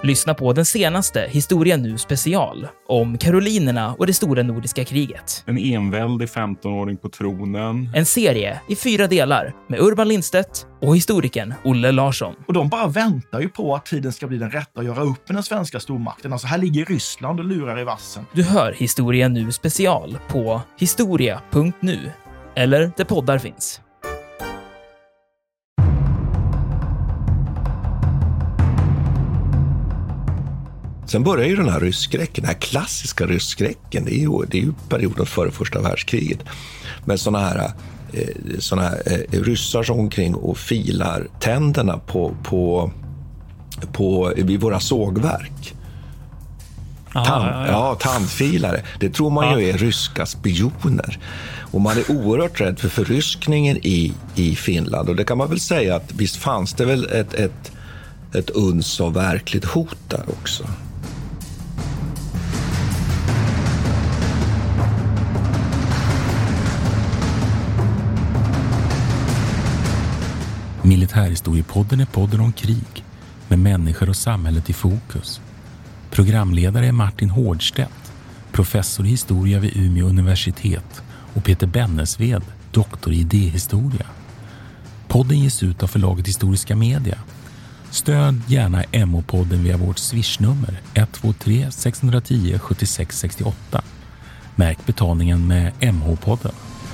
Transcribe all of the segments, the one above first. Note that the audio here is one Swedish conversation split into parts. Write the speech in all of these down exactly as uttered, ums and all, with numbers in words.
Lyssna på den senaste Historia Nu special om Karolinerna och det stora nordiska kriget. En enväldig femtonåring på tronen. En serie i fyra delar med Urban Lindstedt och historikern Olle Larsson. Och de bara väntar ju på att tiden ska bli den rätta att göra upp med den svenska stormakten. Alltså här ligger Ryssland och lurar i vassen. Du hör Historia Nu special på historia punkt nu eller där poddar finns. Sen börjar ju den här rysskräcken, den här klassiska rysskräcken, det är ju, det är ju perioden före första världskriget. Men såna här, eh, såna här eh, ryssar som omkring och filar tänderna på, på, på, vid våra sågverk. Aha, Tand, ja, ja. ja, tandfilare. Det tror man ja. ju är ryska spioner. Och man är oerhört rädd för förryskningen i, i Finland. Och det kan man väl säga att visst fanns det väl ett, ett, ett uns av verkligt hot där också. Militärhistoriepodden är podden om krig med människor och samhället i fokus. Programledare är Martin Hårdstedt, professor i historia vid Umeå universitet, och Peter Bennesved, doktor i idéhistoria. Podden ges ut av förlaget Historiska Media. Stöd gärna M O-podden via vårt swishnummer ett två tre sex ett noll sju sex sex åtta. Märk betalningen med M H-podden.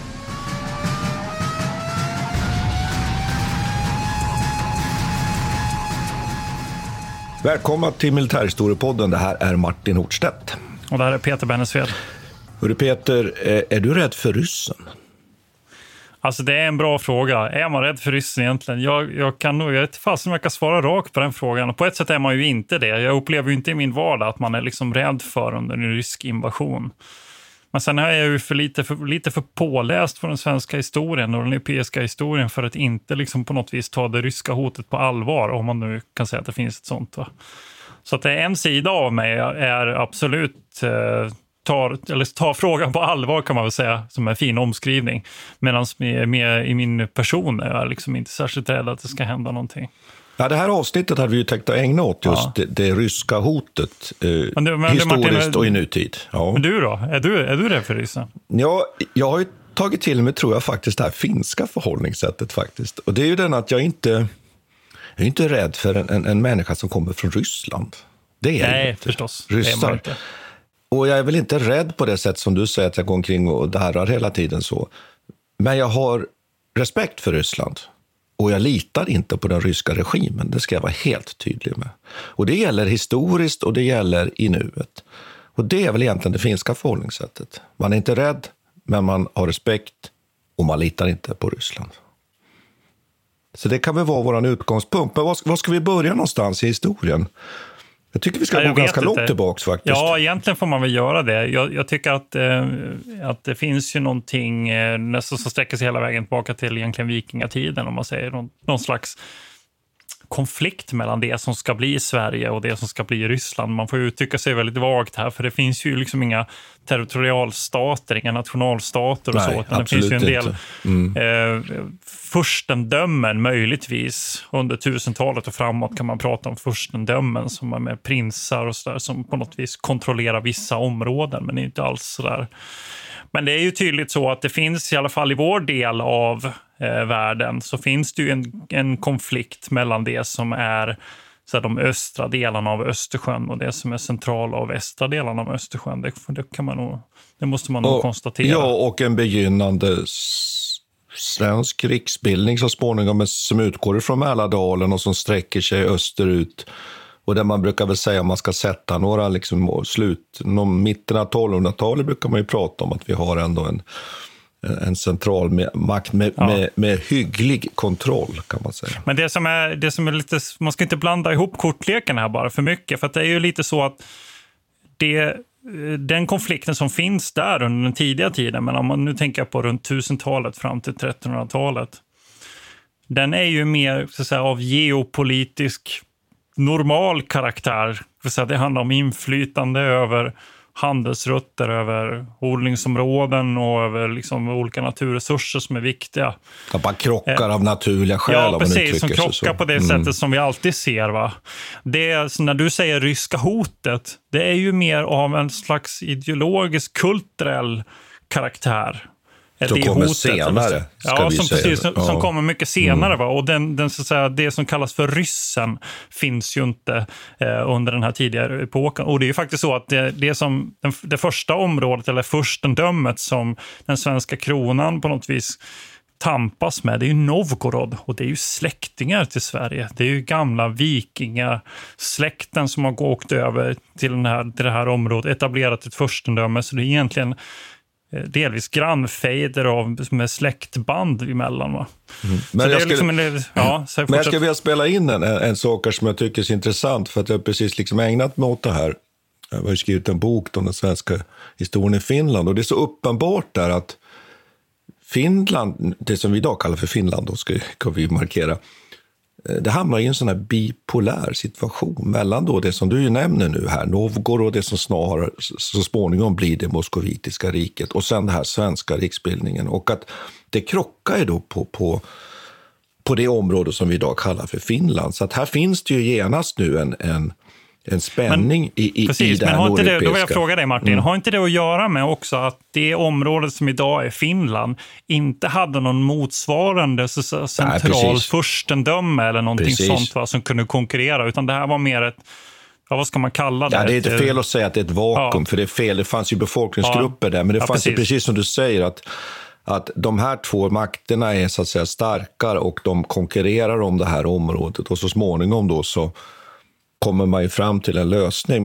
Välkomna till Militärhistoriepodden. Det här är Martin Hårdstedt. Och det här är Peter Bennesved. Hörru Peter, är du rädd för ryssen? Alltså det är en bra fråga. Är man rädd för ryssen egentligen? Jag, jag kan nog, jag vet fast om jag kan svara rakt på den frågan. Och på ett sätt är man ju inte det. Jag upplever ju inte i min vardag att man är liksom rädd för under en rysk invasion. Men sen är jag ju för lite, för lite för påläst på den svenska historien och den europeiska historien för att inte liksom på något vis ta det ryska hotet på allvar, om man nu kan säga att det finns ett sånt. Va? Så att det är en sida av mig är absolut eh, tar, eller tar frågan på allvar, kan man väl säga, som en fin omskrivning. Medan med, med, i min person är jag liksom inte särskilt rädd att det ska hända någonting. Ja, det här avsnittet hade vi ju tänkt att ägna åt just ja. det, det ryska hotet eh, men du, men historiskt Martin, och i nutid. Ja. Men du då? Är du, är du rädd för ryssen? Ja, jag har ju tagit till mig, tror jag faktiskt, det här finska förhållningssättet faktiskt. Och det är ju den att jag inte, jag är inte rädd för en, en, en människa som kommer från Ryssland. Det är Nej, inte. förstås. Ryssar. Det inte. Och jag är väl inte rädd på det sätt som du säger att jag går omkring och darrar hela tiden så. Men jag har respekt för Ryssland. Och jag litar inte på den ryska regimen, det ska jag vara helt tydlig med. Och det gäller historiskt och det gäller i nuet. Och det är väl egentligen det finska förhållningssättet. Man är inte rädd, men man har respekt och man litar inte på Ryssland. Så det kan väl vara vår utgångspunkt. Men var ska vi börja någonstans i historien? Jag tycker vi ska ja, gå ganska inte. långt tillbaka faktiskt. Ja, egentligen får man väl göra det. Jag, jag tycker att, eh, att det finns ju någonting eh, nästan som sträcker sig hela vägen tillbaka till egentligen vikingatiden, om man säger någon, någon slags konflikt mellan det som ska bli Sverige och det som ska bli Ryssland. Man får ju uttrycka sig väldigt vagt här, för det finns ju liksom inga territorialstater, inga nationalstater och Nej, så. Utan det finns ju en del mm. eh, furstendömen möjligtvis. Under tusentalet och framåt kan man prata om furstendömen som är med prinsar och sådär, som på något vis kontrollerar vissa områden, men det är inte alls sådär. Men det är ju tydligt så att det finns, i alla fall i vår del av eh, världen, så finns det ju en, en konflikt mellan det som är så här, de östra delarna av Östersjön och det som är centrala och västra delarna av Östersjön. Det, det, kan man nog, det måste man nog och, konstatera. Ja, och en begynnande svensk riksbildning så småningom som utgår från Mälardalen och som sträcker sig österut. Och där man brukar väl säga, om man ska sätta några liksom slut, någon mitten av tolvhundratalet brukar man ju prata om att vi har ändå en, en central med, makt med, ja. med, med hygglig kontroll, kan man säga. Men det som är, det som är lite, man ska inte blanda ihop kortleken här bara för mycket, för att det är ju lite så att det, den konflikten som finns där under den tidiga tiden, men om man nu tänker på runt tusentalet fram till trettonhundratalet, den är ju mer så att säga av geopolitisk normal karaktär. Det handlar om inflytande över handelsrutter över odlingsområden och över liksom olika naturresurser som är viktiga. Att man krockar eh, av naturliga skäl. Ja, precis. Som krockar på det mm. sättet som vi alltid ser. Va? Det är, när du säger ryska hotet, det är ju mer av en slags ideologisk, kulturell karaktär. Som det kommer hotet, senare, ska ja, vi som, säga. Precis, som, ja. som kommer mycket senare. Mm. Va? Och den, den, så att säga, det som kallas för ryssen finns ju inte eh, under den här tidigare epoken. Och det är ju faktiskt så att det, det, som, den, det första området, eller furstendömet som den svenska kronan på något vis tampas med, det är ju Novgorod, och det är ju släktingar till Sverige. Det är ju gamla vikingasläkten som har åkt över till, den här, till det här området, etablerat ett furstendöme, så det är egentligen delvis grannfejder av med släktband emellan. Va? Mm. Men, jag skulle, liksom en, ja, så jag men jag skulle vilja spela in en, en sak som jag tycker är så intressant, för att jag har precis liksom ägnat mig åt det här. Jag har skrivit en bok om den svenska historien i Finland, och det är så uppenbart där att Finland, det som vi idag kallar för Finland, då ska, ska vi markera, det hamnar i en sån här bipolär situation mellan då det som du ju nämner nu här, Novgorod, och det som snarare så småningom blir det moskovitiska riket, och sen det här svenska riksbildningen. Och att det krockar ju då på, på, på det område som vi idag kallar för Finland. Så att här finns det ju genast nu en, en, en spänning men, i, i, precis, i det här men har inte nordeuropeiska. Det, då vill jag fråga dig, Martin, mm. har inte det att göra med också att det området som idag är Finland inte hade någon motsvarande så, så, central Nej, furstendöme eller någonting precis. sånt, va, som kunde konkurrera, utan det här var mer ett, ja, vad ska man kalla det? Ja, det är inte fel att säga att det är ett vakuum, ja. för det är fel, det fanns ju befolkningsgrupper ja. där, men det ja, fanns precis. ju precis som du säger att att de här två makterna är så att säga starkare, och de konkurrerar om det här området, och så småningom då så kommer man ju fram till en lösning.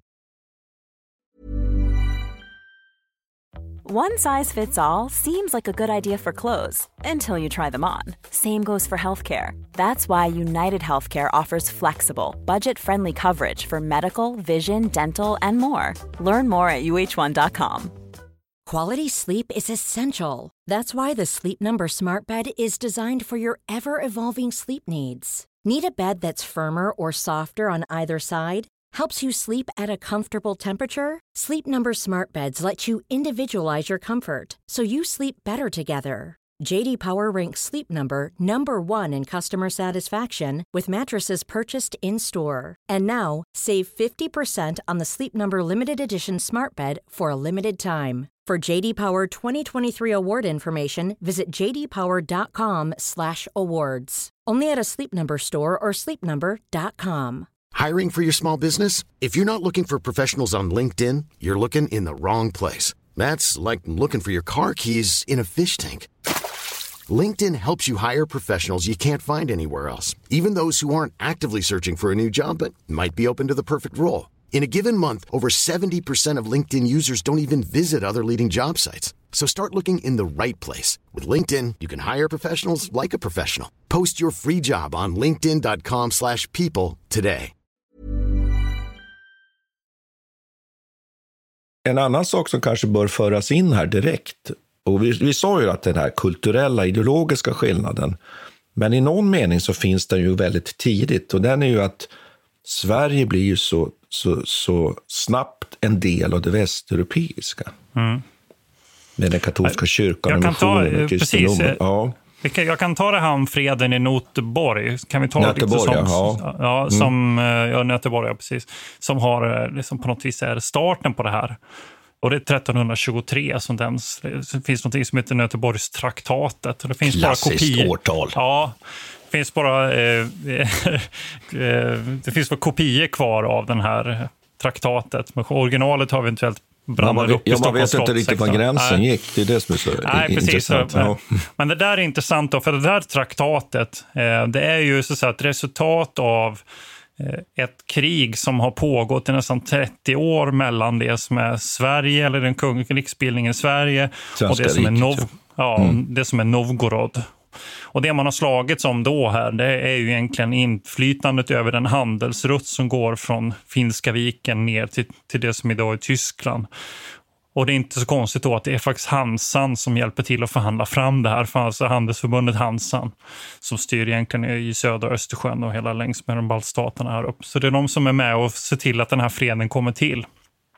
One size fits all seems like a good idea for clothes until you try them on. Same goes for healthcare. That's why United Healthcare offers flexible, budget-friendly coverage for medical, vision, dental, and more. Learn more at U H one dot com. Quality sleep is essential. That's why the Sleep Number Smart Bed is designed for your ever-evolving sleep needs. Need a bed that's firmer or softer on either side? Helps you sleep at a comfortable temperature? Sleep Number Smart Beds let you individualize your comfort, so you sleep better together. J D Power ranks Sleep Number number one in customer satisfaction with mattresses purchased in-store. And now, save fifty percent on the Sleep Number Limited Edition Smart Bed for a limited time. For J D Power twenty twenty-three award information, visit j d power dot com slash awards. Only at a Sleep Number store or sleep number dot com. Hiring for your small business? If you're not looking for professionals on LinkedIn, you're looking in the wrong place. That's like looking for your car keys in a fish tank. LinkedIn helps you hire professionals you can't find anywhere else, even those who aren't actively searching for a new job but might be open to the perfect role. In a given month, over seventy percent of LinkedIn users don't even visit other leading job sites. So start looking in the right place. With LinkedIn, you can hire professionals like a professional. Post your free job on linkedin dot com slash people today. En annan sak som kanske bör föras in här direkt, och vi, vi sa ju att den här kulturella, ideologiska skillnaden, men i någon mening så finns den ju väldigt tidigt, och den är ju att Sverige blir ju så, så, så snabbt en del av det västeuropeiska. Mm. Med den katolska kyrkan och missionen och kristendomen. Ja. Jag kan ta det här om freden i Nöteborg. Kan vi ta Nöteborg, det som, ja. Ja, mm. som, ja, Nöteborg, ja, precis. Som har liksom på något vis är starten på det här. Och det är tretton tjugotre som den, det finns något som heter Nöteborgstraktatet. Och det finns klassiskt bara kopior. årtal. Ja, det finns bara eh, det finns bara kopior kvar av den här traktatet. Men originalet har vi eventuellt brann upp i ja, Stockholms man vet inte riktigt var gränsen Nej. gick. Det är det som är så Nej, intressant. Precis. Ja. Men det där är intressant då, för det där traktatet, eh, det är ju så att säga ett resultat av eh, ett krig som har pågått i nästan trettio år mellan det som är Sverige, eller den kungliga riksbildningen i Sverige, Svenska och det som, riket, är Nov- ja, mm. det som är Novgorod. Och det man har slagits om då här, det är ju egentligen inflytandet över den handelsrutt som går från Finska viken ner till, till det som idag är Tyskland. Och det är inte så konstigt då att det är faktiskt Hansan som hjälper till att förhandla fram det här. För alltså handelsförbundet Hansan som styr egentligen i södra Östersjön och hela längs med de baltstaterna här upp. Så det är de som är med och ser till att den här freden kommer till.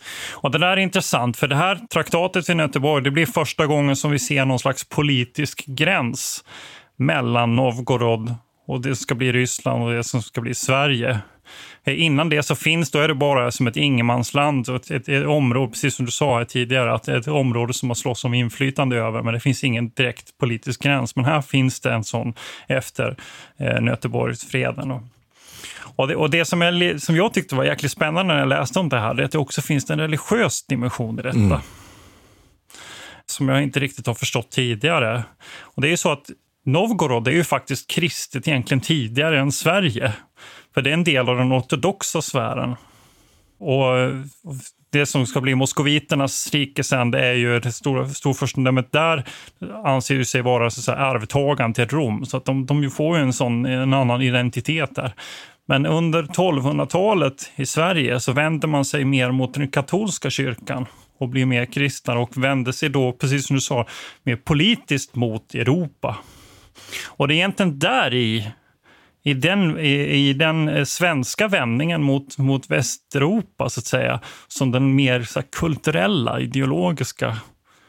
Och det där är intressant, för det här traktatet i Göteborg, det blir första gången som vi ser någon slags politisk gräns mellan Novgorod och det som ska bli Ryssland och det som ska bli Sverige. Innan det så finns, då är det bara som ett ingenmansland och ett, ett, ett område, precis som du sa här tidigare, att det är ett område som man slåss om inflytande över, men det finns ingen direkt politisk gräns. Men här finns det en sån efter eh, Göteborgsfreden. Och, och, det, och det som, är, som jag tyckte var jäkligt spännande när jag läste om det här, det är att det också finns en religiös dimension i detta. Mm. Som jag inte riktigt har förstått tidigare. Och det är ju så att Novgorod är ju faktiskt kristet egentligen tidigare än Sverige. För det är en del av den ortodoxa sfären. Och det som ska bli moskoviternas rike sen, det är ju det stora storfurstendömet där anser ju sig vara så att säga arvtagaren till Rom. Så att de, de får ju en sån en annan identitet där. Men under tolvhundratalet i Sverige så vänder man sig mer mot den katolska kyrkan och blir mer kristna och vänder sig då, precis som du sa, mer politiskt mot Europa. Och det är egentligen där i I den, i, i den svenska vändningen mot, mot Västeuropa så att säga, som den mer så här, kulturella, ideologiska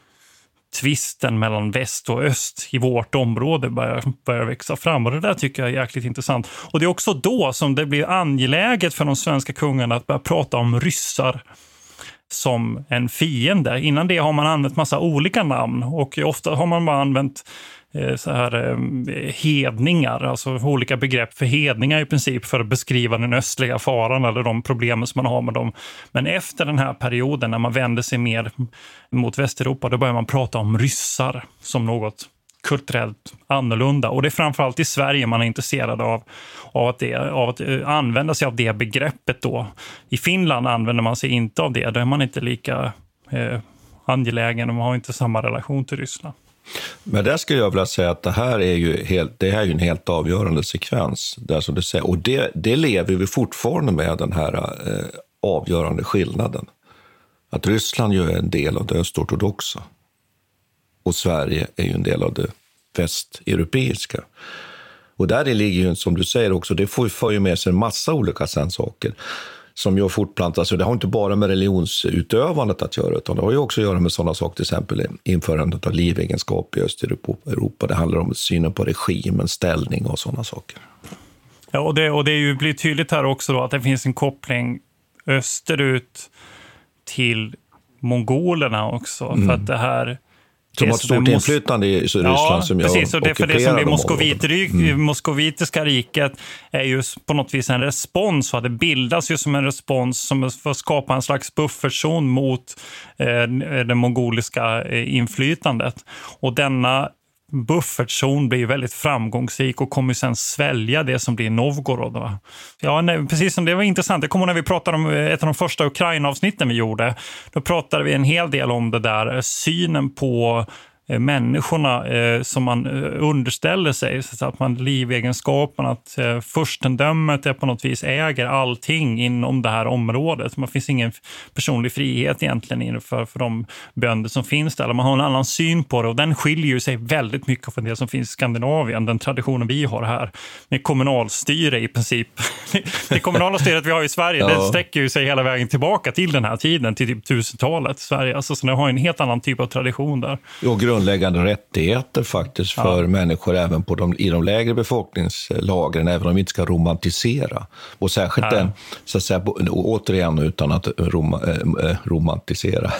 tvisten mellan väst och öst i vårt område börjar, börjar växa fram. Och det där tycker jag är jäkligt intressant. Och det är också då som det blir angeläget för de svenska kungarna att börja prata om ryssar som en fiende. Innan det har man använt massa olika namn och ofta har man bara använt så här hedningar, alltså olika begrepp för hedningar i princip för att beskriva den östliga faran eller de problemen som man har med dem. Men efter den här perioden när man vänder sig mer mot Västeuropa, då börjar man prata om ryssar som något kulturellt annorlunda. Och det är framförallt i Sverige man är intresserad av, av, att, det, av att använda sig av det begreppet då. I Finland använder man sig inte av det, då är man inte lika eh, angelägen och man har inte samma relation till Ryssland. Men där skulle jag vilja säga att det här är ju, helt, det här är ju en helt avgörande sekvens. Där som du säger. Och det, det lever vi fortfarande med, den här eh, avgörande skillnaden. Att Ryssland ju är en del av det östortodoxa. Och Sverige är ju en del av det västeuropeiska. Och där det ligger ju, som du säger också, det får ju för ju med sig en massa olika sen saker som ju fortplantas. Det har inte bara med religionsutövandet att göra, utan det har ju också att göra med sådana saker, till exempel införandet av livegenskap i Östeuropa. Det handlar om synen på regimen, ställning och sådana saker. Ja, och det, och det är ju blir tydligt här också då att det finns en koppling österut till mongolerna också. Mm. För att det här... Som har ett stort inflytande i Ryssland, ja, som jag precis, och det, för det som blir moskovit, mm. moskovitiska riket är ju på något vis en respons, och det bildas ju som en respons som för att skapa en slags buffertzon mot eh, det mongoliska eh, inflytandet. Och denna buffertzon blir väldigt framgångsrik och kommer sen svälja det som blir Novgorod. Va? Ja, nej, precis som det var intressant. Det kommer när vi pratade om ett av de första Ukraina-avsnitten vi gjorde. Då pratade vi en hel del om det där, synen på eh, människorna eh, som man eh, underställer sig. Så att man livegenskapen, att eh, furstendömet är på något vis äger allting inom det här området. Man finns ingen personlig frihet egentligen för, för de bönder som finns där. Man har en annan syn på det, och den skiljer ju sig väldigt mycket från det som finns i Skandinavien, den traditionen vi har här med kommunalstyre i princip. Det kommunala styret vi har i Sverige, ja. Det sträcker ju sig hela vägen tillbaka till den här tiden, till typ tusentalet Sverige. Alltså, så det har en helt annan typ av tradition där. Och grundläggande rättigheter faktiskt för ja. människor även på de, i de lägre befolkningslagren, även om vi inte ska romantisera. Och särskilt ja. den, så att säga, återigen utan att rom, äh, romantisera,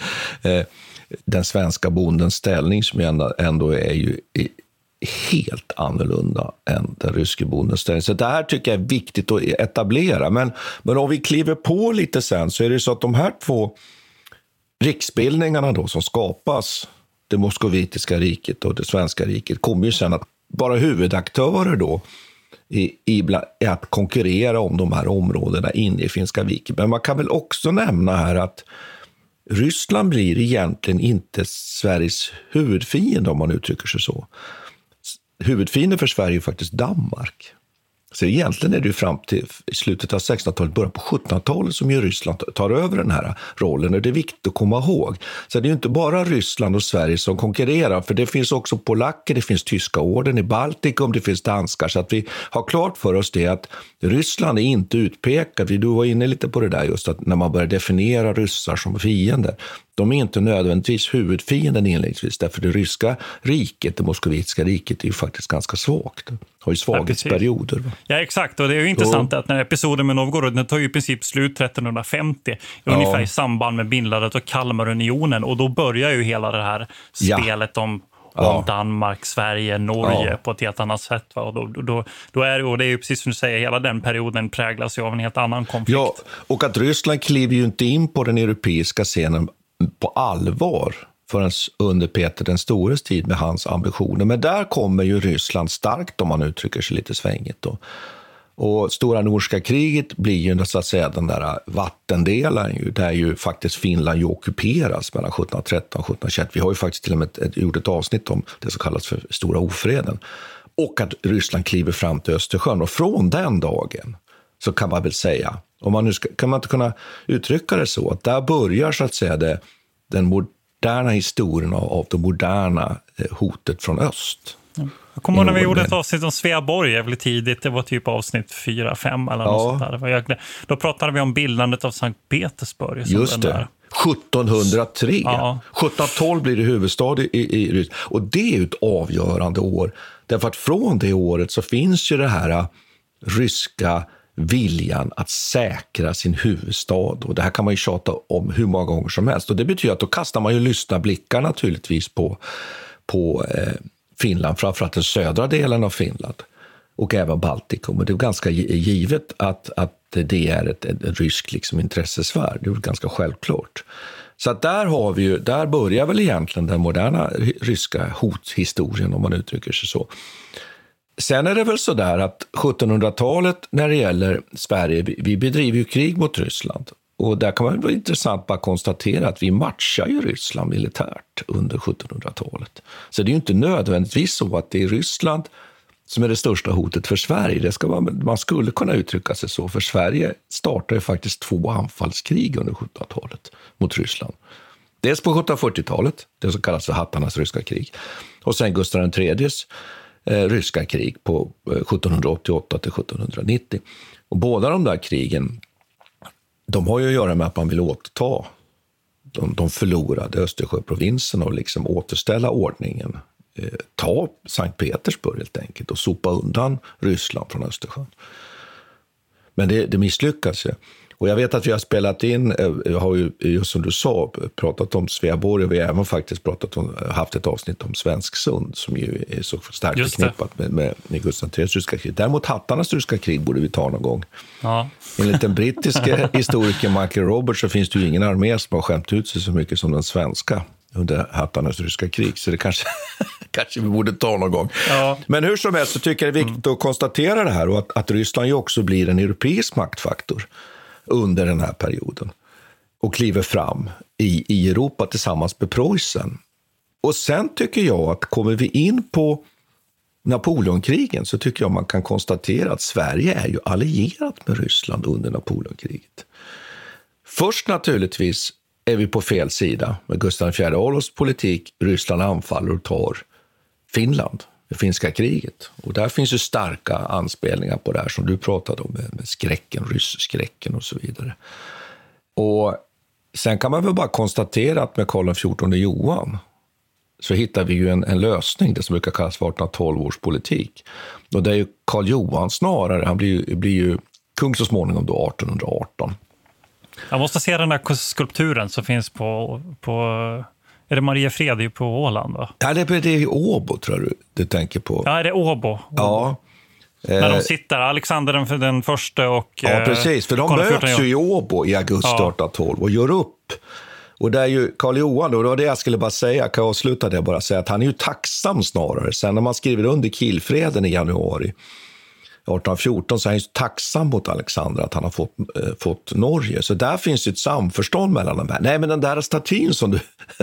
den svenska bondens ställning som ändå är ju helt annorlunda än den ryske bondens ställning. Så det här tycker jag är viktigt att etablera. Men, men om vi kliver på lite sen, så är det så att de här två riksbildningarna då som skapas, det moskovitiska riket och det svenska riket, kommer ju sen att vara huvudaktörer då i, i, i att konkurrera om de här områdena inne i Finska viken. Men man kan väl också nämna här att Ryssland blir egentligen inte Sveriges huvudfiende, om man uttrycker sig så. Huvudfiende för Sverige är faktiskt Danmark. Så egentligen är det ju fram till slutet av sextonhundratalet, början på sjuttonhundratalet som ju Ryssland tar över den här rollen. Och det är viktigt att komma ihåg. Så det är ju inte bara Ryssland och Sverige som konkurrerar, för det finns också polacker, det finns tyska orden i Baltikum, det finns danskar. Så att vi har klart för oss det att Ryssland är inte utpekat. Du var inne lite på det där just att när man börjar definiera ryssar som fiender. De är inte nödvändigtvis huvudfienden inledningsvis, därför det ryska riket, det moskovitiska riket, är ju faktiskt ganska svagt. Det har ju svaghetsperioder. Ja, ja, exakt. Och det är ju intressant och, att när episoden med Novgorod, den tar ju i princip slut trettonhundrafemtio, ja, ungefär i samband med bildandet av Kalmarunionen. Och då börjar ju hela det här spelet ja. om om ja. Danmark, Sverige, Norge ja. på ett helt annat sätt. Va? Och, då, då, då är det, och det är ju precis som du säger, hela den perioden präglas ju av en helt annan konflikt. Ja, och att Ryssland kliver ju inte in på den europeiska scenen på allvar förrän under Peter den stores tid med hans ambitioner. Men där kommer ju Ryssland starkt, om man uttrycker sig lite svängigt då. Och Stora Nordiska kriget blir ju så att säga den där vattendelen där ju faktiskt Finland ju ockuperas mellan sjuttonhundratretton och sjuttonhundratjugoett. Vi har ju faktiskt till och med ett, ett, gjort ett avsnitt om det som kallas för Stora ofreden. Och att Ryssland kliver fram till Östersjön. Och från den dagen så kan man väl säga, om man nu ska, kan man inte kunna uttrycka det så, att där börjar så att säga det, den moderna historien av, av det moderna hotet från öst. Ja. Jag kommer ihåg när vi gjorde ett avsnitt om Sveaborg jävligt tidigt. Det var typ avsnitt fyra fem eller något ja. sånt där. Då pratade vi om bildandet av Sankt Petersburg. Just det. Där. sjuttonhundratre. Ja. sjuttonhundratolv blir det huvudstad i, i Ryssland. Och det är ju ett avgörande år. Därför att från det året så finns ju det här ryska viljan att säkra sin huvudstad. Och det här kan man ju tjata om hur många gånger som helst. Och det betyder att då kastar man ju lyssna blickar naturligtvis på, på eh, Finland, framförallt den södra delen av Finland och även Baltikum. Och det är ganska givet att, att det är ett, ett, ett rysk liksom, intressesfär. Det är ganska självklart. Så att där, har vi ju, där börjar väl egentligen den moderna ryska hothistorien, om man uttrycker sig så. Sen är det väl så där att sjuttonhundratalet när det gäller Sverige, vi bedriver ju krig mot Ryssland. Och där kan man vara intressant bara konstatera att vi matchar ju Ryssland militärt under sjuttonhundratalet. Så det är ju inte nödvändigtvis så att det är Ryssland som är det största hotet för Sverige. Det ska man, man skulle kunna uttrycka sig så. För Sverige startar ju faktiskt två anfallskrig under sjuttonhundratalet mot Ryssland. Dels på sjuttonhundrafyrtiotalet, det som kallas för hattarnas ryska krig. Och sen Gustav den tredjes eh, ryska krig på eh, sjuttonhundraåttioåtta till sjuttonhundranittio. Och båda de där krigen, de har ju att göra med att man vill återta de, de förlorade Östersjöprovinsen och liksom återställa ordningen. Eh, ta Sankt Petersburg helt enkelt och sopa undan Ryssland från Östersjön. Men det, det misslyckas ju. Och jag vet att vi har spelat in, jag har ju just som du sa pratat om Sveaborg och vi har även faktiskt pratat om, haft ett avsnitt om Svensksund som ju är så starkt förknippat med, med, med Gustav den tredjes ryska krig. Däremot hattarnas ryska krig borde vi ta någon gång. Ja. Enligt den brittiska historikern Michael Roberts så finns det ju ingen armé som har skämt ut sig så mycket som den svenska under hattarnas ryska krig. Så det kanske, kanske vi borde ta någon gång. Ja. Men hur som helst så tycker jag det är viktigt mm. att konstatera det här och att, att Ryssland ju också blir en europeisk maktfaktor under den här perioden och kliver fram i, i Europa tillsammans med Preussen. Och sen tycker jag att kommer vi in på Napoleonkrigen så tycker jag man kan konstatera att Sverige är ju allierat med Ryssland under Napoleonkriget. Först naturligtvis är vi på fel sida med Gustav den fjärde Adolfs politik. Ryssland anfaller och tar Finland. Det finska kriget. Och där finns ju starka anspelningar på det här som du pratade om med, med skräcken, rysskräcken och så vidare. Och sen kan man väl bara konstatera att med Karl den fjortonde Johan så hittar vi ju en, en lösning, det som brukar kallas för artonhundratolv års politik. Och det är ju Karl Johan snarare, han blir ju, blir ju kung så småningom då artonhundraarton. Jag måste se den där skulpturen som finns på... på... Är det Maria Fredi på Åland, va? Ja, det är, det är Åbo, tror du du tänker på. Ja, det är Åbo. Åbo. Ja. När de sitter, Alexander den, den första och... Ja, precis. För de möts ju i Åbo i augusti ja. artonhundratolv och gör upp. Och det är ju Karl Johan, och det var det jag skulle bara säga, jag kan avsluta det bara säga att han är ju tacksam snarare. Sen när man skriver under Kielfreden i januari arton fjorton så är han ju tacksam mot Alexander att han har fått, eh, fått Norge. Så där finns ju ett samförstånd mellan de här. Nej, men den där statyn som du...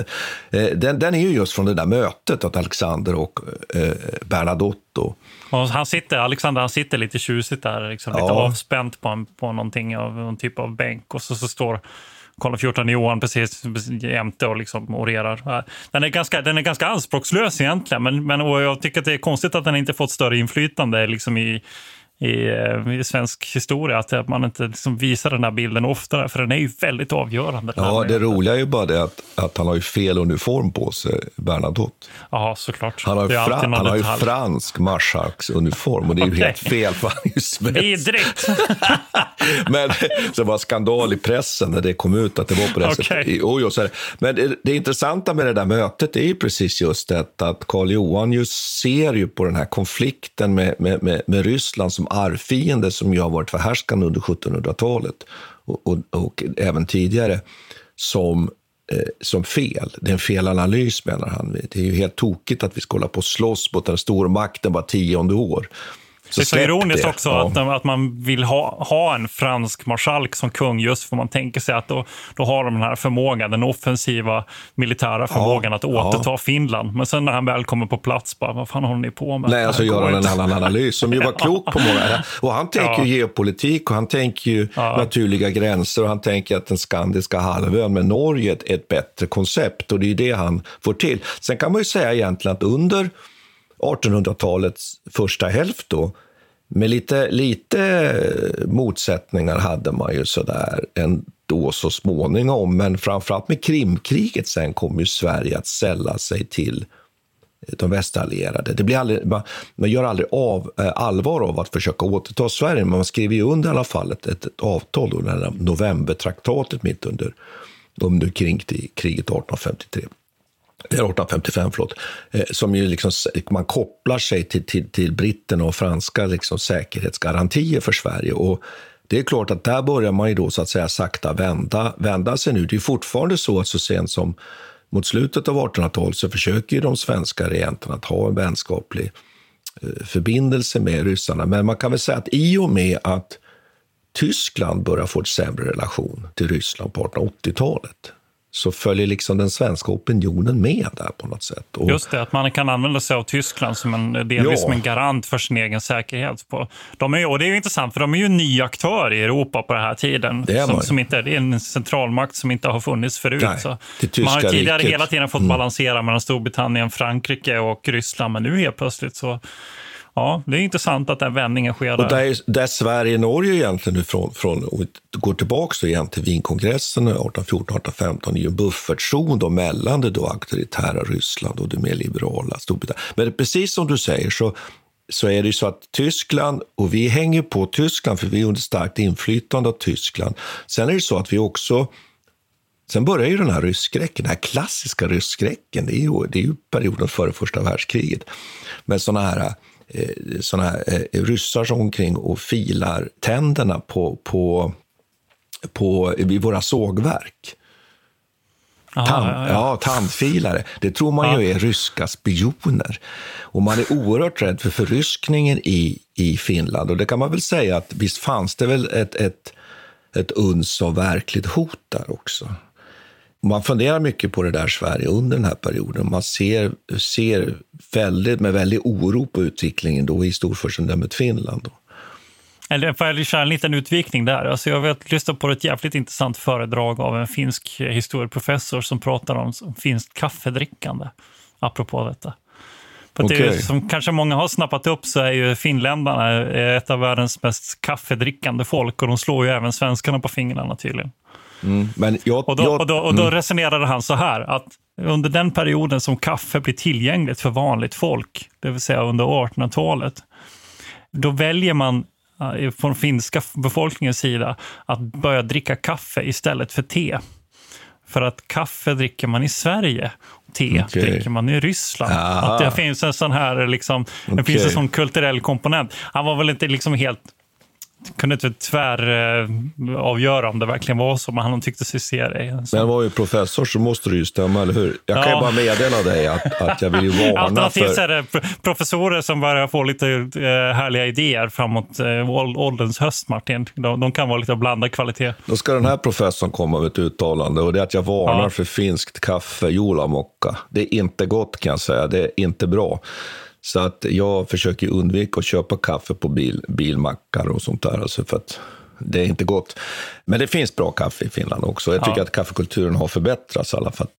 den, den är ju just från det där mötet att Alexander och eh, Bernadotte och... Och han sitter, Alexander han sitter lite tjusigt där, liksom, lite Ja. avspänt på, en, på någonting av någon typ av bänk. Och så, så står Karl fjortonde Johan precis jämte och liksom orerar. Den är ganska, den är ganska anspråkslös egentligen, men, men och jag tycker att det är konstigt att den inte fått större inflytande liksom i, i, i svensk historia, att man inte liksom visar den här bilden oftare, för den är ju väldigt avgörande. Ja, det roliga är ju bara det att, att han har ju fel uniform på sig, Bernadotte. Ja, såklart. Han har ju, fra, han har ju detalj. fransk marskalksuniform och det är ju Okay. helt fel för han är ju svensk. Vidrigt! Men det var skandal i pressen när det kom ut att det var på det Okay. sättet. Oj, och så här. Men det, det intressanta med det där mötet är ju precis just det att Karl Johan ju ser ju på den här konflikten med, med, med, med Ryssland som arvfiende som ju har varit förhärskande under sjuttonhundratalet och, och, och även tidigare som, eh, som fel. Det är en felanalys menar han. Det är ju helt tokigt att vi ska hålla på och slåss mot den stora makten bara tionde år. Så det är så ironiskt det. också Ja. att, att man vill ha, ha en fransk marskalk som kung, just för man tänker sig att då, då har de den här förmågan, den offensiva militära förmågan Ja, att återta ja. Finland. Men sen när han väl kommer på plats, bara, vad fan håller ni på med? Nej, alltså gör han en annan analys som ju var klok på många. Och han tänker Ja. ju geopolitik och han tänker ju Ja. naturliga gränser och han tänker att den skandiska halvön med Norge är ett bättre koncept och det är ju det han får till. Sen kan man ju säga egentligen att under artonhundratalets första hälft då, med lite, lite motsättningar hade man ju sådär ändå så småningom, men framförallt med Krimkriget sen kom ju Sverige att sälla sig till de västallierade. Det blir aldrig, man, man gör aldrig av, äh, allvar av att försöka återta Sverige, men man skriver ju under i alla fall ett, ett, ett avtal, då, det här novembertraktatet mitt under, under kring, kriget arton femtiotre. Det är arton femtiofem, förlåt, eh, som ju liksom, man kopplar sig till, till, till britterna och franska liksom, säkerhetsgarantier för Sverige. Och det är klart att där börjar man ju då så att säga sakta vända, vända sig nu. Det är fortfarande så att så sent som mot slutet av artonhundratalet så försöker ju de svenska regenterna att ha en vänskaplig eh, förbindelse med ryssarna. Men man kan väl säga att i och med att Tyskland börjar få ett sämre relation till Ryssland på artonhundraåttiotalet så följer liksom den svenska opinionen med där på något sätt. Och just det, att man kan använda sig av Tyskland som en, delvis Ja. som en garant för sin egen säkerhet. På. De är, och det är ju intressant, för de är ju en ny aktör i Europa på den här tiden. Det är som, man. som inte, det är en centralmakt som inte har funnits förut. Nej, Så det tyska man har tidigare riket. hela tiden fått Mm. balansera mellan Storbritannien, Frankrike och Ryssland, men nu helt plötsligt så... Ja, det är intressant att den vändningen sker där. Och där, där Sverige och Norge egentligen nu från, från och går tillbaka så igen till Wienkongressen arton fjorton arton femton är ju en buffertzon då mellan det då auktoritära Ryssland och det mer liberala Storbritannien. Men precis som du säger så, så är det ju så att Tyskland, och vi hänger på Tyskland för vi är under starkt inflytande av Tyskland. Sen är det så att vi också, sen börjar ju den här rysskräcken, den här klassiska rysskräcken, det är ju, det är ju perioden före första världskriget. Men sådana här såna här eh, ryssar som omkring och filar tänderna på, på, på, vid våra sågverk. Aha, Tand, ja, ja. ja, tandfilare. Det tror man Ja. ju är ryska spioner. Och man är oerhört rädd för förryskningen i, i Finland. Och det kan man väl säga att visst fanns det väl ett, ett, ett uns av verkligt hot där också. Man funderar mycket på det där Sverige under den här perioden. Man ser, ser väldigt, med väldigt oro på utvecklingen då i storfurstendömet Finland. Då. Eller får jag köra en liten utvikning där? Alltså jag vet, lyssnade på ett jävligt intressant föredrag av en finsk historieprofessor som pratar om, om finskt kaffedrickande, apropå detta. För att Okay. det är, som kanske många har snappat upp så är ju finländarna ett av världens mest kaffedrickande folk och de slår ju även svenskarna på fingrarna tydligen. Mm, men jag, Och då, jag, och då, och då mm. resonerade han så här, att under den perioden som kaffe blir tillgängligt för vanligt folk, det vill säga under artonhundratalet, då väljer man eh, från finska befolkningens sida att börja dricka kaffe istället för te. För att kaffe dricker man i Sverige, te Okay. dricker man i Ryssland. Aha. Att det finns en sån här liksom, det Okay. finns en sån kulturell komponent. Han var väl inte liksom helt kunde inte tvär eh, avgöra om det verkligen var så, men han tyckte sig se det. Så. Men var ju professor, så måste det ju stämma, eller hur? Jag kan ja. ju bara meddela dig att, att jag vill ju varna Alternativt för... så är det professorer som börjar få lite eh, härliga idéer framåt eh, ålderns höst, Martin. De, de kan vara lite blandad kvalitet. Då ska den här professorn komma med ett uttalande, och det är att jag varnar ja. för finskt kaffe, julamocka. Det är inte gott, kan jag säga. Det är inte bra. Så att jag försöker undvika att köpa kaffe på bil, bilmackar och sånt där. Alltså för att det är inte gott. Men det finns bra kaffe i Finland också. Jag tycker ja. att kaffekulturen har förbättrats i alla fall.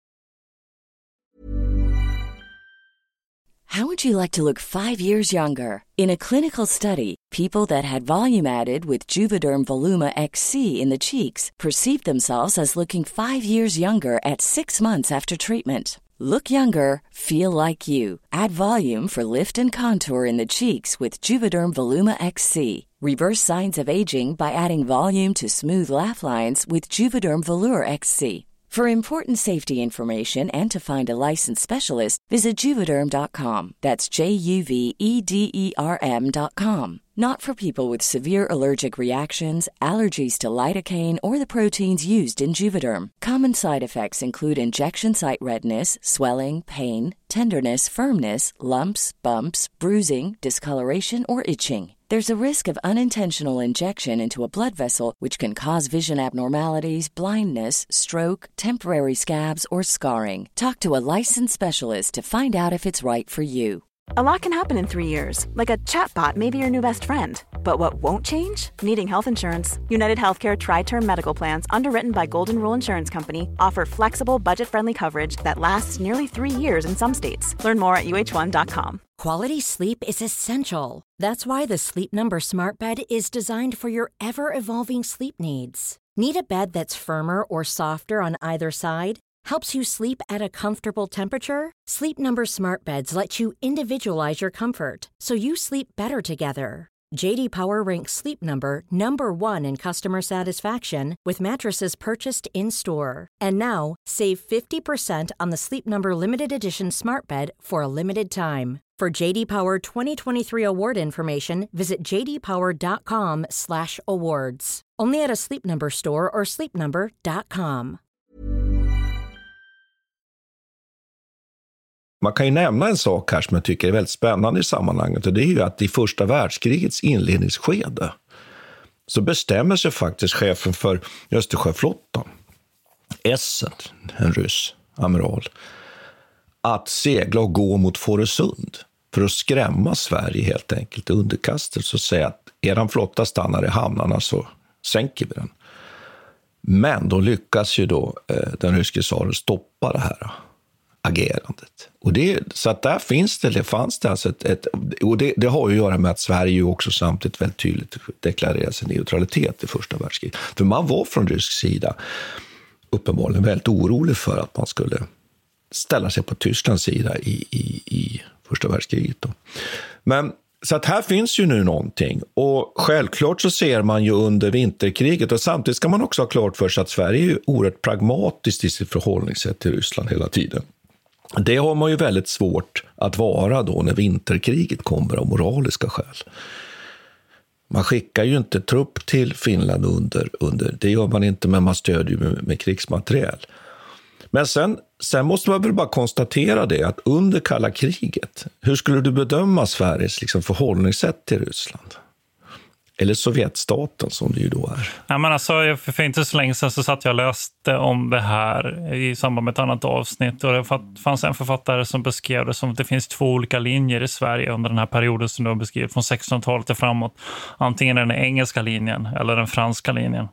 How would you like to look five years younger? In a clinical study, people that had volume added with Juvederm Voluma X C in the cheeks perceived themselves as looking five years younger at six months after treatment. Look younger, feel like you. Add volume for lift and contour in the cheeks with Juvederm Voluma X C. Reverse signs of aging by adding volume to smooth laugh lines with Juvederm Volure X C. For important safety information and to find a licensed specialist, visit Juvederm dot com. That's J U V E D E R M dot com. Not for people with severe allergic reactions, allergies to lidocaine, or the proteins used in Juvederm. Common side effects include injection site redness, swelling, pain, tenderness, firmness, lumps, bumps, bruising, discoloration, or itching. There's a risk of unintentional injection into a blood vessel, which can cause vision abnormalities, blindness, stroke, temporary scabs, or scarring. Talk to a licensed specialist to find out if it's right for you. A lot can happen in three years, like a chatbot may be your new best friend. But what won't change? Needing health insurance. United Healthcare Tri-Term Medical Plans, underwritten by Golden Rule Insurance Company, offer flexible, budget-friendly coverage that lasts nearly three years in some states. Learn more at U H one dot com. Quality sleep is essential. That's why the Sleep Number Smart Bed is designed for your ever-evolving sleep needs. Need a bed that's firmer or softer on either side? Helps you sleep at a comfortable temperature? Sleep Number Smart Beds let you individualize your comfort, so you sleep better together. J D Power ranks Sleep Number number one in customer satisfaction with mattresses purchased in-store. And now, save fifty percent on the Sleep Number Limited Edition Smart Bed for a limited time. For J D Power twenty twenty-three award information, visit j d power dot com slash awards. Only at a Sleep Number store or sleep number dot com. Man kan ju nämna en sak här som jag tycker är väldigt spännande i sammanhanget, och det är ju att i första världskrigets inledningsskede så bestämmer sig faktiskt chefen för Östersjöflottan, Essen, en ryss amiral, att segla och gå mot Fårösund för att skrämma Sverige helt enkelt i underkastelse och säga att eran flotta stannar i hamnarna så sänker vi den. Men då lyckas ju då eh, den ryske tsaren stoppa det här agerandet. Och det, så att där finns det, det fanns det alltså ett, ett och det, det har ju att göra med att Sverige ju också samtidigt väldigt tydligt deklarerar sin neutralitet i första världskriget. För man var från rysk sida uppenbarligen väldigt orolig för att man skulle ställa sig på Tysklands sida i, i, i första världskriget då. Men så att här finns ju nu någonting, och självklart så ser man ju under vinterkriget, och samtidigt ska man också ha klart för sig att Sverige är ju oerhört pragmatiskt i sitt förhållningssätt till Ryssland hela tiden. Det har man ju väldigt svårt att vara då när vinterkriget kommer av moraliska skäl. Man skickar ju inte trupp till Finland under, under det gör man inte, men man stödjer med, med krigsmateriel. Men sen, sen måste man väl bara konstatera det, att under kalla kriget, hur skulle du bedöma Sveriges liksom förhållningssätt till Ryssland? Eller Sovjetstaten som det ju då är. Ja, men alltså, för inte så länge sedan så satt jag och läste om det här i samband med ett annat avsnitt. Och det fanns en författare som beskrev det som att det finns två olika linjer i Sverige under den här perioden som du har beskrivit, från sextonhundratalet och framåt. Antingen den engelska linjen eller den franska linjen.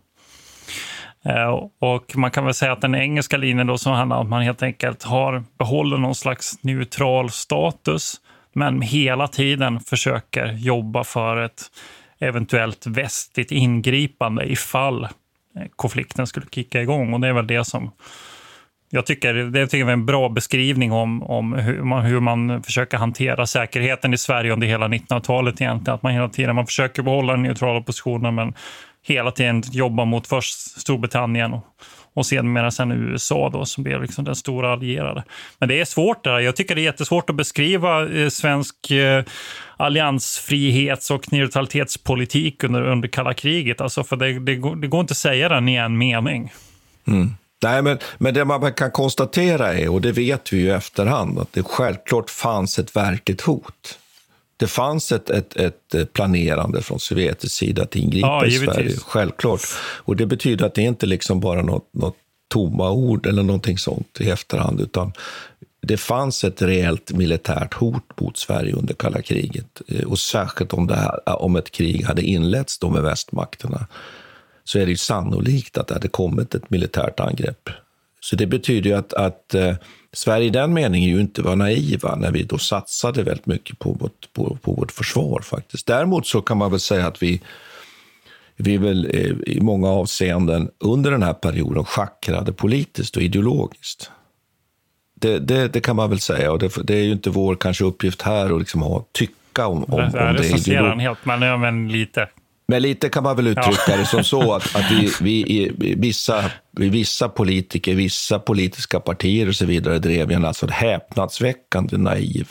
Och man kan väl säga att den engelska linjen då, som handlar om att man helt enkelt har behåller någon slags neutral status, men hela tiden försöker jobba för ett eventuellt västligt ingripande ifall konflikten skulle kicka igång. Och det är väl det som jag tycker, det tycker jag är en bra beskrivning om, om hur, man, hur man försöker hantera säkerheten i Sverige under hela nittonhundratalet egentligen. Att man hela tiden man försöker behålla den neutrala positionen, men hela tiden jobba mot först Storbritannien och, och sedan sen U S A då, som blev liksom den stora allierade. Men det är svårt där. Jag tycker det är jättesvårt att beskriva eh, svensk eh, alliansfrihets- och neutralitetspolitik under, under kalla kriget. Alltså för det, det, går, det går inte att säga den i en mening. Mm. Nej, men, men det man kan konstatera är, och det vet vi ju i efterhand, att det självklart fanns ett verkligt hot. Det fanns ett, ett, ett planerande från sovjetisk sida att ingripa ja, i Sverige, självklart. Och det betyder att det inte liksom bara något, något tomma ord eller någonting sånt i efterhand, utan det fanns ett reellt militärt hot mot Sverige under kalla kriget. Och särskilt om, det här, om ett krig hade inletts då med västmakterna, så är det ju sannolikt att det hade kommit ett militärt angrepp. Så det betyder ju att, att eh, Sverige i den meningen ju inte var naiva när vi då satsade väldigt mycket på vårt, på, på vårt försvar faktiskt. Däremot så kan man väl säga att vi, vi väl eh, i många avseenden under den här perioden schackrade politiskt och ideologiskt. Det, det, det kan man väl säga, och det, det är ju inte vår kanske uppgift här att liksom ha tycka om, om, om det, det ideologiskt. Helt, men, men lite... Men lite kan man väl uttrycka ja. det som så att, att vi, vi, i vissa, vissa politiker, vissa politiska partier och så vidare drev en alltså häpnadsväckande naiv,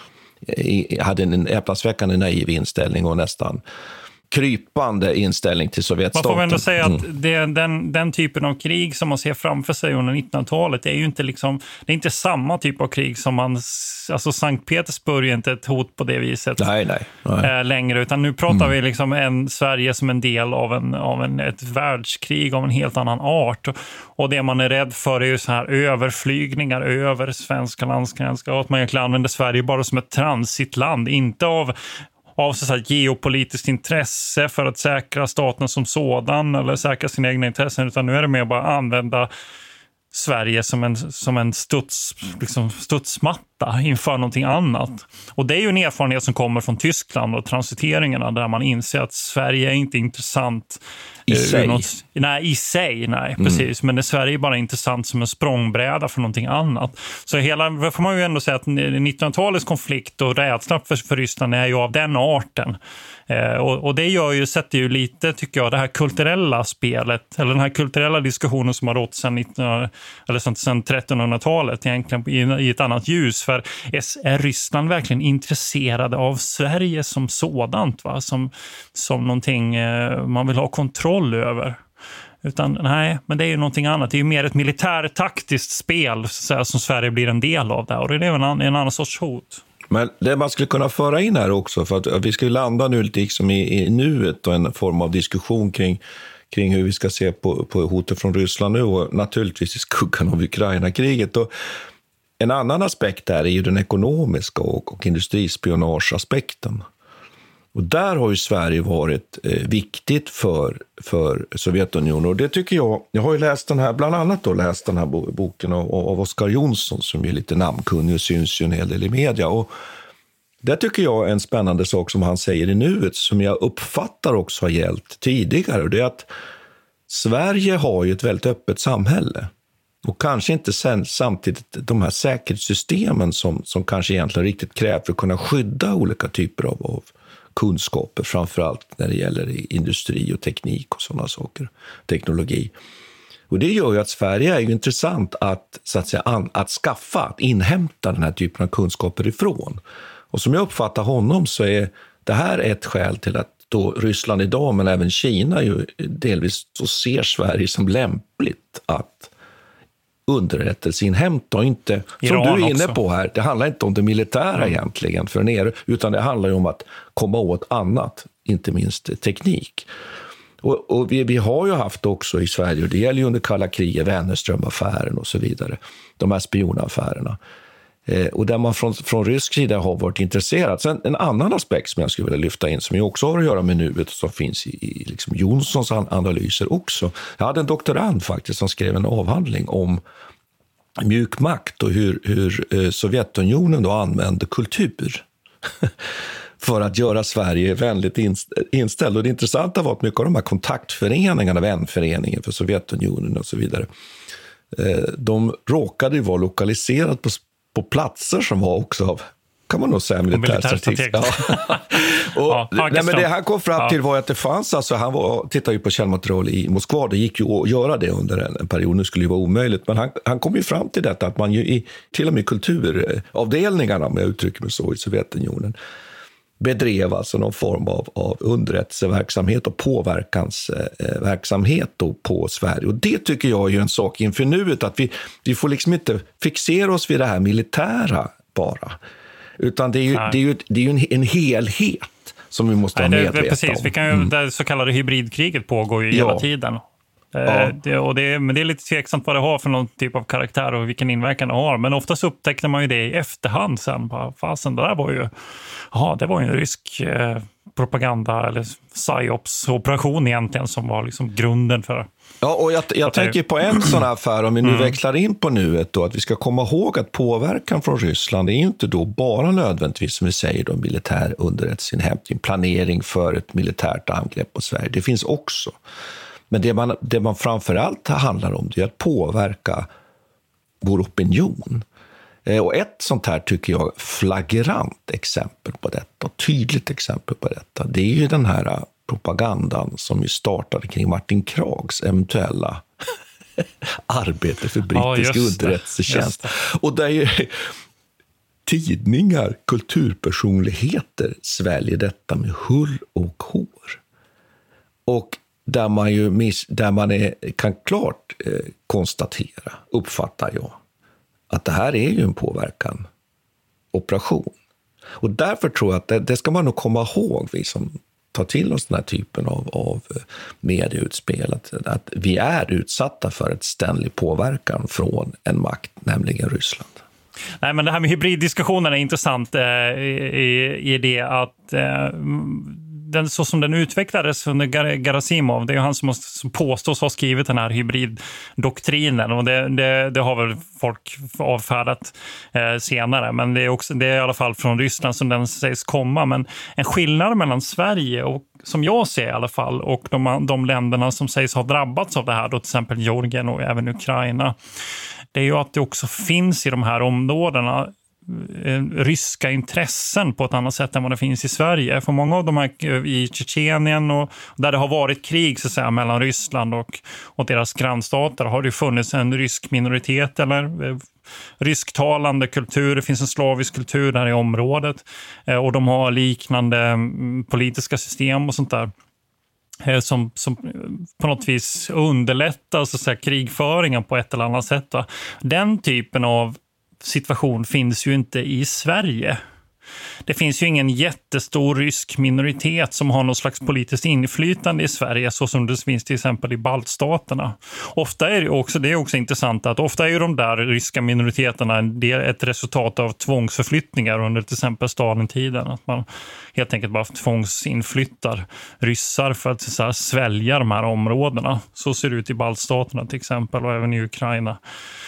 hade en häpnadsväckande naiv inställning och nästan krypande inställning till Sovjetstaten. Man får ändå säga att det, den, den typen av krig som man ser framför sig under nittonhundratalet är ju inte liksom, det är inte samma typ av krig som man, alltså Sankt Petersburg är inte ett hot på det viset nej, nej, nej. Äh, längre, utan nu pratar mm. vi liksom en Sverige som en del av, en, av en, ett världskrig av en helt annan art, och det man är rädd för är ju så här överflygningar över svenska landsgränser, och att man egentligen använder Sverige bara som ett transitland, inte av av så här geopolitiskt intresse för att säkra staten som sådan eller säkra sina egna intressen, utan nu är det mer bara att använda Sverige som en, som en studs, liksom studsmatta inför någonting annat. Och det är ju en erfarenhet som kommer från Tyskland och transiteringarna, där man inser att Sverige är inte intressant i sig. Något, nej, i sig, nej, mm. precis. Men det Sverige är bara intressant som en språngbräda för någonting annat. Så hela, får man ju ändå säga att nittonhundratalets konflikt och rädsla för, för Ryssland är ju av den arten. Eh, och, och det gör ju, sätter ju lite, tycker jag, det här kulturella spelet, eller den här kulturella diskussionen som har rått sedan, nitton, eller sedan, sedan trettonhundratalet egentligen i, i ett annat ljus. För är, är Ryssland verkligen intresserade av Sverige som sådant, va? Som, som någonting eh, man vill ha kontroll över? Utan nej, men det är ju någonting annat. Det är ju mer ett militärtaktiskt spel så här, som Sverige blir en del av där, och det är en, en annan sorts hot. Men det man skulle kunna föra in här också, för att vi ska landa nu liksom i, i nuet och en form av diskussion kring, kring hur vi ska se på, på hotet från Ryssland nu, och naturligtvis i skuggan av Ukraina-kriget. Och en annan aspekt där är ju den ekonomiska och, och industrispionageaspekten. Och där har ju Sverige varit eh, viktigt för, för Sovjetunionen. Och det tycker jag, jag har ju läst den här, bland annat då läst den här boken av, av Oskar Jonsson, som är lite namnkunnig och syns ju en hel del i media. Och det tycker jag är en spännande sak som han säger i nuet, som jag uppfattar också har gällt tidigare. Och det är att Sverige har ju ett väldigt öppet samhälle. Och kanske inte sen, samtidigt de här säkerhetssystemen som, som kanske egentligen riktigt krävs för att kunna skydda olika typer av, av kunskaper, framförallt när det gäller industri och teknik och sådana saker, teknologi. Och det gör ju att Sverige är ju intressant att, så att säga, an, att skaffa, att inhämta den här typen av kunskaper ifrån. Och som jag uppfattar honom så är det här ett skäl till att då Ryssland idag, men även Kina, ju delvis så ser Sverige som lämpligt att underrättelseinhämta, och inte, Iran som du är inne också. på här, det handlar inte om det militära mm. egentligen för nere, utan det handlar ju om att komma åt annat, inte minst teknik. Och, och vi, vi har ju haft också i Sverige, och det gäller ju under kalla kriget, Wennerström-affären och så vidare, de här spionaffärerna. Eh, och där man från, från rysk sida har varit intresserad. Sen en annan aspekt som jag skulle vilja lyfta in, som ju också har att göra med nuet, som finns i, i liksom Jonssons analyser också. Jag hade en doktorand faktiskt som skrev en avhandling om mjuk makt och hur, hur eh, Sovjetunionen då använde kultur för att göra Sverige vänligt inställd. Och det intressanta var att mycket av de här kontaktföreningarna, vänföreningen för Sovjetunionen och så vidare, eh, de råkade ju vara lokaliserade på på platser som var också av kan man nog säga militärstrateg. Ja. och, ja, nej, men det han kom fram ja. till var att det fanns, alltså, han var, tittade ju på källmaterial i Moskva, det gick ju att göra det under en, en period, nu skulle det vara omöjligt, men han, han kom ju fram till detta att man ju i till och med kulturavdelningarna, om jag uttrycker mig så, i Sovjetunionen bedrev alltså någon form av, av underrättelseverksamhet och påverkansverksamhet då på Sverige. Och det tycker jag är ju en sak inför nuet, att vi, vi får liksom inte fixera oss vid det här militära bara. Utan det är ju, det är ju, det är ju en, en helhet som vi måste vara medvetna om. Precis, vi kan ju, mm. det så kallade hybridkriget pågår ju ja. hela tiden. Ja. Det, och det, men det är lite tveksamt vad det har för någon typ av karaktär och vilken inverkan det har. Men oftast upptäckte man ju det i efterhand sen. Bara, fasen, det där var ju, aha, det var ju en rysk eh, propaganda eller psyops-operation egentligen som var liksom grunden för... Ja, och jag, jag tänker på en sån här affär, om vi nu mm. växlar in på nuet då, att vi ska komma ihåg att påverkan från Ryssland är ju inte då bara nödvändigtvis, som vi säger då, militär underrättelseinhämtning, planering för ett militärt angrepp på Sverige. Det finns också. Men det man, det man framförallt handlar om, det är att påverka vår opinion. Eh, och ett sånt här tycker jag flagrant exempel på detta, tydligt exempel på detta, det är ju den här propagandan som ju startade kring Martin Krags eventuella arbete för brittisk ja, underrättelsetjänst. Och där ju tidningar, kulturpersonligheter sväljer detta med hull och hår. Och där man ju miss, där man är, kan klart eh, konstatera, uppfattar jag, att det här är ju en påverkan operation. Och därför tror jag att det, det ska man nog komma ihåg, vi som tar till oss den här typen av, av medieutspel, att, att vi är utsatta för ett ständig påverkan från en makt, nämligen Ryssland. Nej, men det här med hybriddiskussionen är intressant eh, i, i det att eh, den, så som den utvecklades under Gerasimov, det är ju han som, som påstås ha skrivit den här hybriddoktrinen, och det, det, det har väl folk avfärdat eh, senare, men det är, också, det är i alla fall från Ryssland som den sägs komma. Men en skillnad mellan Sverige och, som jag ser i alla fall, och de, de länderna som sägs ha drabbats av det här, då till exempel Georgien och även Ukraina, det är ju att det också finns i de här områdena ryska intressen på ett annat sätt än vad det finns i Sverige. För många av de här i Tjetjenien och där det har varit krig så att säga, mellan Ryssland och, och deras grannstater, har det funnits en rysk minoritet eller eh, rysktalande kultur. Det finns en slavisk kultur där i området eh, och de har liknande mm, politiska system och sånt där. Som, som på något vis underlättar så att säga, krigföringen på ett eller annat sätt. Va? Den typen av situation finns ju inte i Sverige. Det finns ju ingen jättestor rysk minoritet som har någon slags politiskt inflytande i Sverige, så som det finns till exempel i baltstaterna. Ofta är det också, det är också intressant att ofta är ju de där ryska minoriteterna ett resultat av tvångsförflyttningar under till exempel Stalin-tiden. Att man helt enkelt bara tvångsinflyttar ryssar för att så här, svälja de här områdena. Så ser det ut i baltstaterna till exempel och även i Ukraina.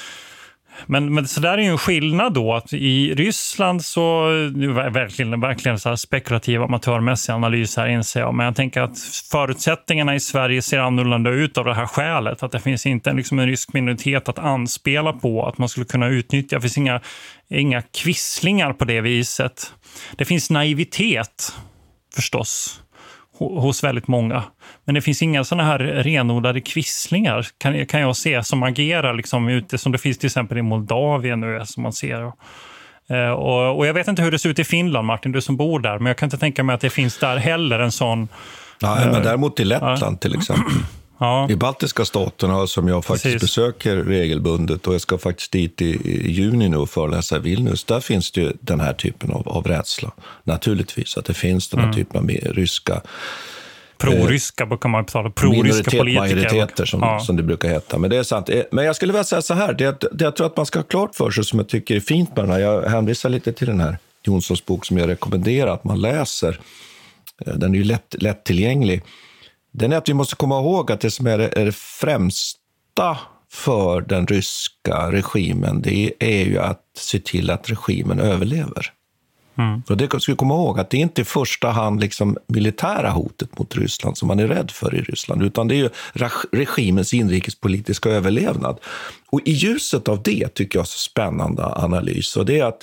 Men, men så där är ju en skillnad då, att i Ryssland så verkligen, verkligen så här spekulativ amatörmässig analys här inser jag, men jag tänker att förutsättningarna i Sverige ser annorlunda ut av det här skälet, att det finns inte liksom en rysk minoritet att anspela på, att man skulle kunna utnyttja, det finns inga, inga kvisslingar på det viset. Det finns naivitet förstås hos väldigt många. Men det finns inga sådana här renodlade kvisslingar kan, kan jag se som agerar liksom ute, som det finns till exempel i Moldavien nu som man ser. Eh, och, och jag vet inte hur det ser ut i Finland, Martin, du som bor där, men jag kan inte tänka mig att det finns där heller en sån... Nej, eh, men däremot i Lettland ja. till exempel. Ja. I baltiska staterna som jag faktiskt Precis. besöker regelbundet, och jag ska faktiskt dit i, i juni nu och föreläsa i Vilnius, där finns det ju den här typen av, av rädsla. Naturligtvis att det finns den här mm. typen av ryska pro-ryska brukar man betala, pro-ryska politiker. Majoriteter som, ja. som det brukar heta. Men det är sant. Men jag skulle vilja säga så här, det, det jag tror att man ska ha klart för sig, som jag tycker är fint med den här, jag hänvisar lite till den här Jonssons bok som jag rekommenderar att man läser. Den är ju lätt, lättillgänglig. Den är att vi måste komma ihåg att det som är det, är det främsta för den ryska regimen, det är ju att se till att regimen överlever. Mm. Och det ska vi komma ihåg att det är inte i första hand liksom militära hotet mot Ryssland som man är rädd för i Ryssland, utan det är ju regimens inrikespolitiska överlevnad. Och i ljuset av det tycker jag är så spännande analys, och det är att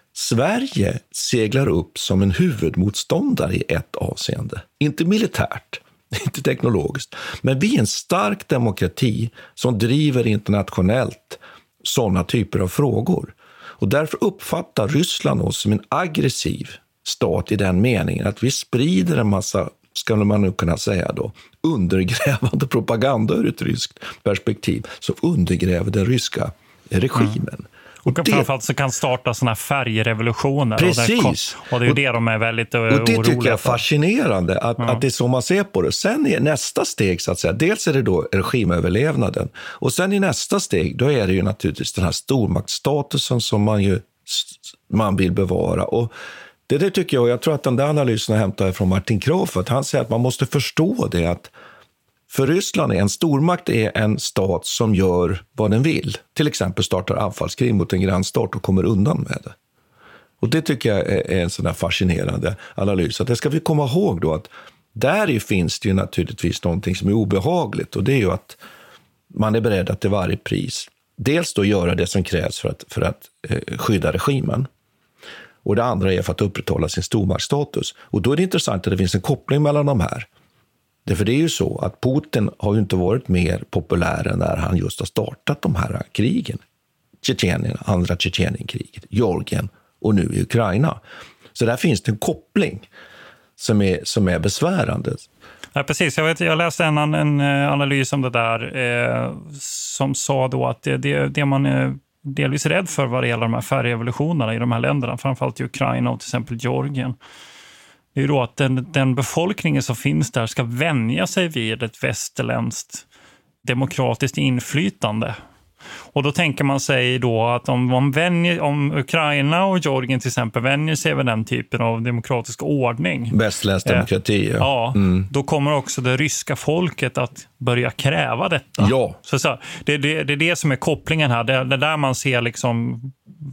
Sverige seglar upp som en huvudmotståndare i ett avseende. Inte militärt, inte teknologiskt, men vi är en stark demokrati som driver internationellt sådana typer av frågor. Och därför uppfattar Ryssland oss som en aggressiv stat i den meningen att vi sprider en massa, ska man nu kunna säga då, undergrävande propaganda ur ett ryskt perspektiv som undergräver den ryska regimen. Mm. Och, och framförallt så kan starta såna här färgrevolutioner. Precis. Och det, och det är ju det de är väldigt oroliga. Och det tycker jag är fascinerande att, ja. att det är så man ser på det. Sen är nästa steg så att säga, dels är det då regimöverlevnaden och sen i nästa steg då är det ju naturligtvis den här stormaktsstatusen som man ju man vill bevara. Och det där tycker jag, jag tror att den där analysen hämtar från Martin Crawford. Han säger att man måste förstå det att för Ryssland är en stormakt är en stat som gör vad den vill. Till exempel startar anfallskrig mot en grannstat och kommer undan med det. Och det tycker jag är en sån här fascinerande analys. Att det ska vi komma ihåg då att där finns det ju naturligtvis någonting som är obehagligt. Och det är ju att man är beredd att till varje pris dels då göra det som krävs för att, för att eh, skydda regimen. Och det andra är för att upprätthålla sin stormaktsstatus. Och då är det intressant att det finns en koppling mellan de här. För det är ju så att Putin har ju inte varit mer populär än när han just har startat de här krigen. Tjetjenien, andra Tjetjenienkriget, Georgien och nu i Ukraina. Så där finns det en koppling som är, som är besvärande. Ja, precis. Jag, vet, jag läste en, en analys om det där eh, som sa då att det, det, det man är delvis rädd för vad det gäller de här färgrevolutionerna i de här länderna, framförallt i Ukraina och till exempel Georgien, det är ju då att den, den befolkningen som finns där ska vänja sig vid ett västerländskt demokratiskt inflytande. Och då tänker man sig då att om, man vänjer, om Ukraina och Georgien till exempel vänjer sig vid den typen av demokratisk ordning. Västerländsk demokrati, ja. ja mm. Då kommer också det ryska folket att börja kräva detta. Ja. Så, så det, det, det är det som är kopplingen här. Det, det där man ser liksom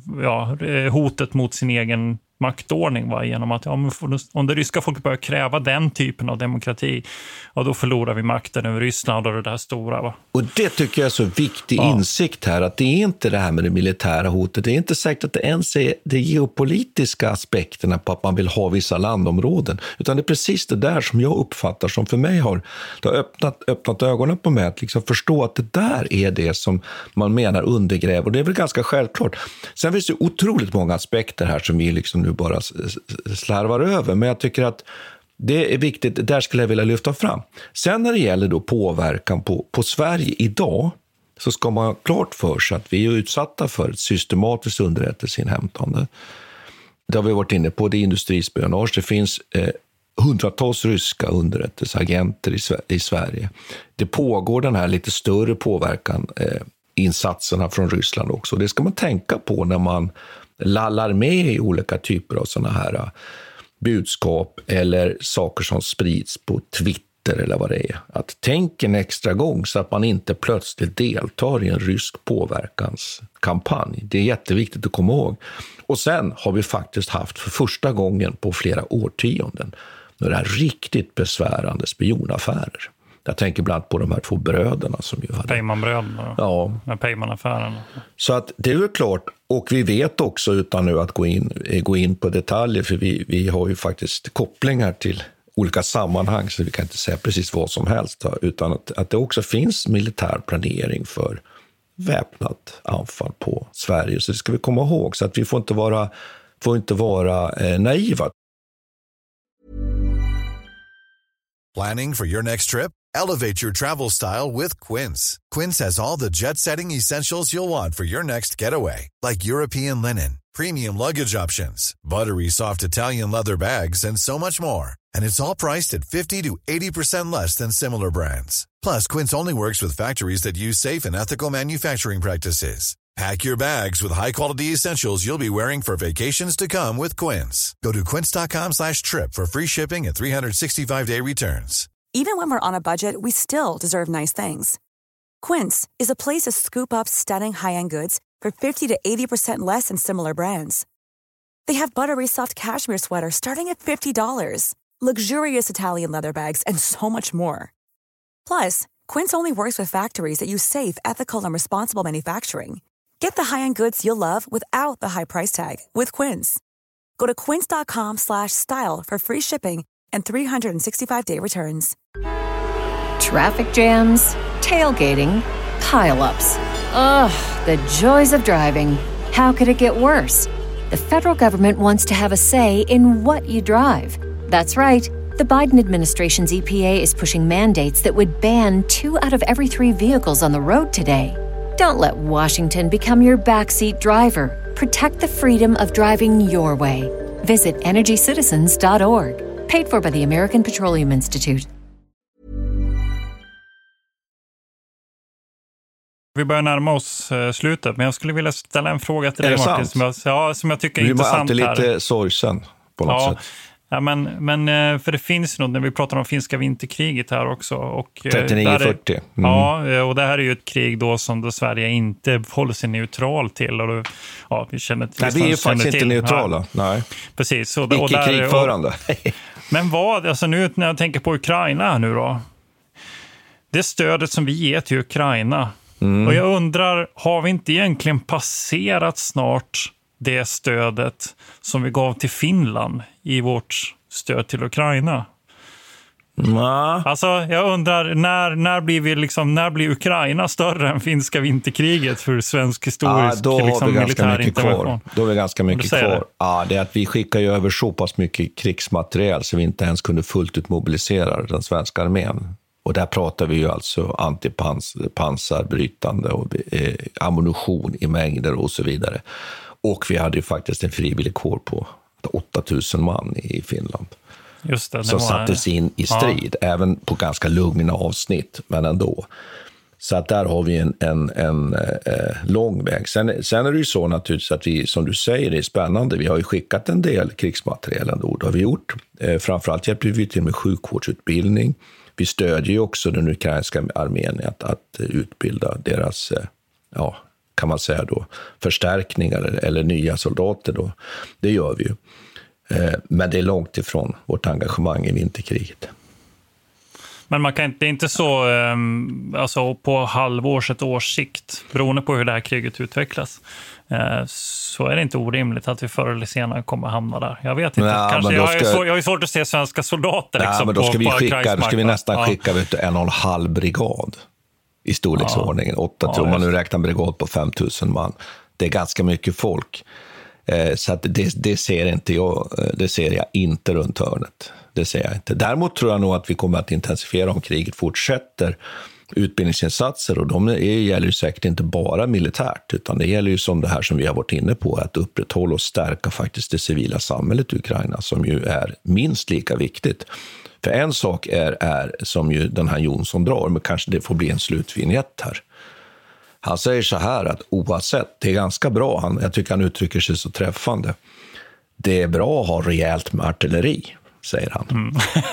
ja, hotet mot sin egen maktordning, va? Genom att ja, om det ryska folket börjar kräva den typen av demokrati, och då förlorar vi makten över Ryssland och det där stora. Va? Och det tycker jag är så viktig ja. insikt här, att det är inte det här med det militära hotet, det är inte säkert att det ens är de geopolitiska aspekterna på att man vill ha vissa landområden, utan det är precis det där som jag uppfattar som för mig har, det har öppnat, öppnat ögonen på mig att liksom förstå att det där är det som man menar undergräver, och det är väl ganska självklart. Sen finns det otroligt många aspekter här som vi liksom nu bara slarvar över, men jag tycker att det är viktigt, där skulle jag vilja lyfta fram. Sen när det gäller då påverkan på, på Sverige idag, så ska man ha klart för sig att vi är utsatta för ett systematiskt underrättelseinhämtande. Det har vi varit inne på, det är industrispionage. Det finns eh, hundratals ryska underrättelseagenter i, i Sverige. Det pågår den här lite större påverkan eh, insatserna från Ryssland också. Det ska man tänka på när man lallar med i olika typer av såna här budskap eller saker som sprids på Twitter eller vad det är. Att tänka en extra gång så att man inte plötsligt deltar i en rysk påverkanskampanj. Det är jätteviktigt att komma ihåg. Och sen har vi faktiskt haft för första gången på flera årtionden några riktigt besvärande spionaffärer. Jag tänker bland annat på de här två bröderna som ju hade... Peyman-bröderna. Ja. Med Peyman-affären. Så att det är ju klart, och vi vet också utan nu att gå in, gå in på detaljer, för vi, vi har ju faktiskt kopplingar till olika sammanhang, så vi kan inte säga precis vad som helst, utan att, att det också finns militär planering för väpnat anfall på Sverige. Så det ska vi komma ihåg, så att vi får inte vara, får inte vara eh, naiva. Planning for your next trip? Elevate your travel style with Quince. Quince has all the jet-setting essentials you'll want for your next getaway, like European linen, premium luggage options, buttery soft Italian leather bags, and so much more. And it's all priced at fifty to eighty percent less than similar brands. Plus, Quince only works with factories that use safe and ethical manufacturing practices. Pack your bags with high-quality essentials you'll be wearing for vacations to come with Quince. Go to quince.com slash trip for free shipping and three sixty-five day returns. Even when we're on a budget, we still deserve nice things. Quince is a place to scoop up stunning high-end goods for fifty to eighty percent less than similar brands. They have buttery soft cashmere sweaters starting at fifty dollars, luxurious Italian leather bags, and so much more. Plus, Quince only works with factories that use safe, ethical, and responsible manufacturing. Get the high-end goods you'll love without the high price tag with Quince. Go to quince.com slash style for free shipping and three sixty-five day returns. Traffic jams, tailgating, pile-ups. Ugh, the joys of driving. How could it get worse? The federal government wants to have a say in what you drive. That's right. The Biden administration's E P A is pushing mandates that would ban two out of every three vehicles on the road today. Don't let Washington become your backseat driver. Protect the freedom of driving your way. Visit energy citizens dot org. Paid for by the American Petroleum Institute. Vi börjar närma oss uh, slutet, men jag skulle vilja ställa en fråga till dig, Martin, som jag, ja, som jag tycker är du intressant här. Du var alltid lite sorgsen på något ja. sätt. Ja, men, men för det finns något när vi pratar om finska vinterkriget här också. Och, trettionio fyrtio. Mm. Ja, och det här är ju ett krig då som då Sverige inte håller sig neutral till. Och då, ja, vi känner till, Nej, vi är ju faktiskt inte neutrala. Nej. Precis. Och, Icke krigförande. Men vad, alltså nu när jag tänker på Ukraina nu då. Det stödet som vi ger till Ukraina. Mm. Och jag undrar, har vi inte egentligen passerat snart det stödet som vi gav till Finland i vårt stöd till Ukraina? Nej. Alltså, jag undrar, när, när, blir vi liksom, när blir Ukraina större än finska vinterkriget för svensk historisk ja, då liksom, har vi ganska militär mycket intervention? kvar. Då har vi ganska mycket kvar. Det. Ja, det är att vi skickar ju över så pass mycket krigsmateriel så vi inte ens kunde fullt ut mobilisera den svenska armén. Och där pratar vi ju alltså antipansarbrytande och eh, ammunition i mängder och så vidare. Och vi hade ju faktiskt en frivillig kår på åtta tusen man i Finland. Just det, det som var... sattes in i strid, ja. Även på ganska lugna avsnitt, men ändå. Så att där har vi en, en, en eh, lång väg. Sen, sen är det ju så naturligtvis att vi, som du säger, det är spännande. Vi har ju skickat en del krigsmateriel ändå, det har vi gjort. Eh, framförallt hjälper vi till med sjukvårdsutbildning. Vi stödjer ju också den ukrainska armén att, att utbilda deras, ja, kan man säga då, förstärkningar eller, eller nya soldater då. Det gör vi ju. Eh, men det är långt ifrån vårt engagemang i vinterkriget. Men man kan inte, det är inte så um, alltså på halvårs, ett års sikt, beroende på hur det här kriget utvecklas, uh, så är det inte orimligt att vi förr eller senare kommer hamna där. Jag vet inte. Nej, Kanske, jag, ska... är svår, jag är svårt att se svenska soldater. Nej, liksom, men då ska, på, vi, på skicka, då ska vi nästan ja. skicka vet du, en och en halv brigad i storleksordningen. Ja. Åtta, ja, om man nu räknar brigad på fem tusen man. Det är ganska mycket folk. Eh, så att det, det, ser inte jag, det ser jag inte runt hörnet. Det ser jag inte. Däremot tror jag nog att vi kommer att intensifiera om kriget fortsätter utbildningsinsatser, och de är, gäller ju säkert inte bara militärt, utan det gäller ju som det här som vi har varit inne på, att upprätthålla och stärka faktiskt det civila samhället i Ukraina, som ju är minst lika viktigt. För en sak är, är som ju den här Jonsson drar, men kanske det får bli en slutvinjett här. Han säger så här att oavsett, det är ganska bra, han, jag tycker han uttrycker sig så träffande, det är bra att ha rejält med artilleri, säger han. Mm.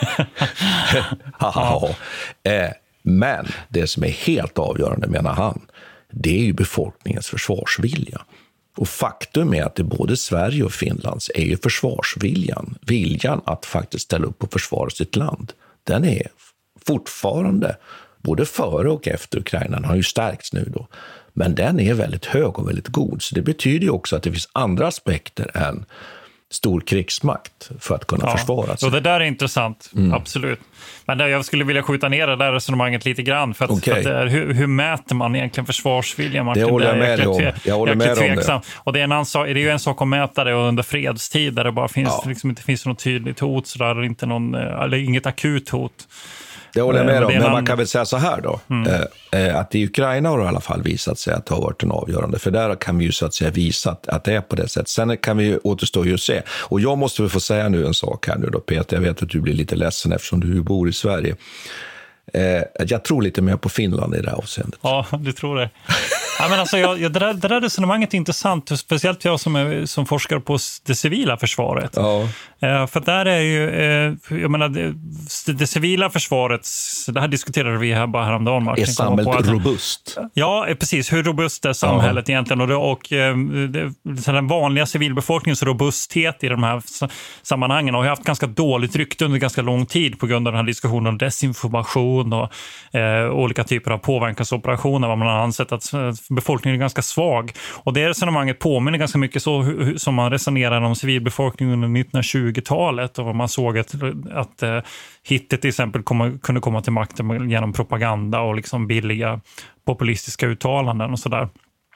ja. eh, men det som är helt avgörande, menar han, det är ju befolkningens försvarsvilja. Och faktum är att det både Sverige och Finlands är ju försvarsviljan, viljan att faktiskt ställa upp och försvara sitt land. Den är fortfarande, både före och efter Ukraina, den har ju stärkts nu då, men den är väldigt hög och väldigt god. Så det betyder ju också att det finns andra aspekter än stor krigsmakt för att kunna ja, försvara sig. Och det där är intressant, mm. absolut. Men där, jag skulle vilja skjuta ner det där resonemanget lite grann. För att, okay. för att är, hur, hur mäter man egentligen försvarsvilja? Det håller jag med om. Jag håller med om det. Och det är, en ansa, det är ju en sak att mäta det under fredstid, där det bara finns, ja. liksom, inte finns något tydligt hot, så där, inte någon, eller inget akut hot. Det håller jag med om, men, men man kan väl säga så här då, mm. eh, att i Ukraina har det i alla fall visat sig att det har varit en avgörande, för där kan vi ju så att säga visa att, att det är på det sättet. Sen kan vi ju återstå ju se, och jag måste väl få säga nu en sak här nu då, Peter, jag vet att du blir lite ledsen eftersom du bor i Sverige. Eh, jag tror lite mer på Finland i det här avseendet. Ja, du tror det. Ja, men alltså, jag, jag, det, där, det där resonemanget är intressant, speciellt jag som, är, som forskar på det civila försvaret. Ja. Eh, för där är ju, eh, jag menar, det, det civila försvaret, det här diskuterade vi här bara häromdagen, Martin. Är samhället att, robust? Ja, precis. Hur robust är samhället ja. egentligen? Och, det, och eh, det, den vanliga civilbefolkningens robusthet i de här sammanhangen har haft ganska dåligt rykte under ganska lång tid på grund av den här diskussionen om desinformation och eh, olika typer av påverkansoperationer, vad man har ansett att befolkningen är ganska svag. Och det resonemanget påminner ganska mycket så hur, som man resonerar om civilbefolkningen under nittonhundratjugotalet och man såg att, att uh, Hitler till exempel kom, kunde komma till makten genom propaganda och liksom billiga populistiska uttalanden och sådär.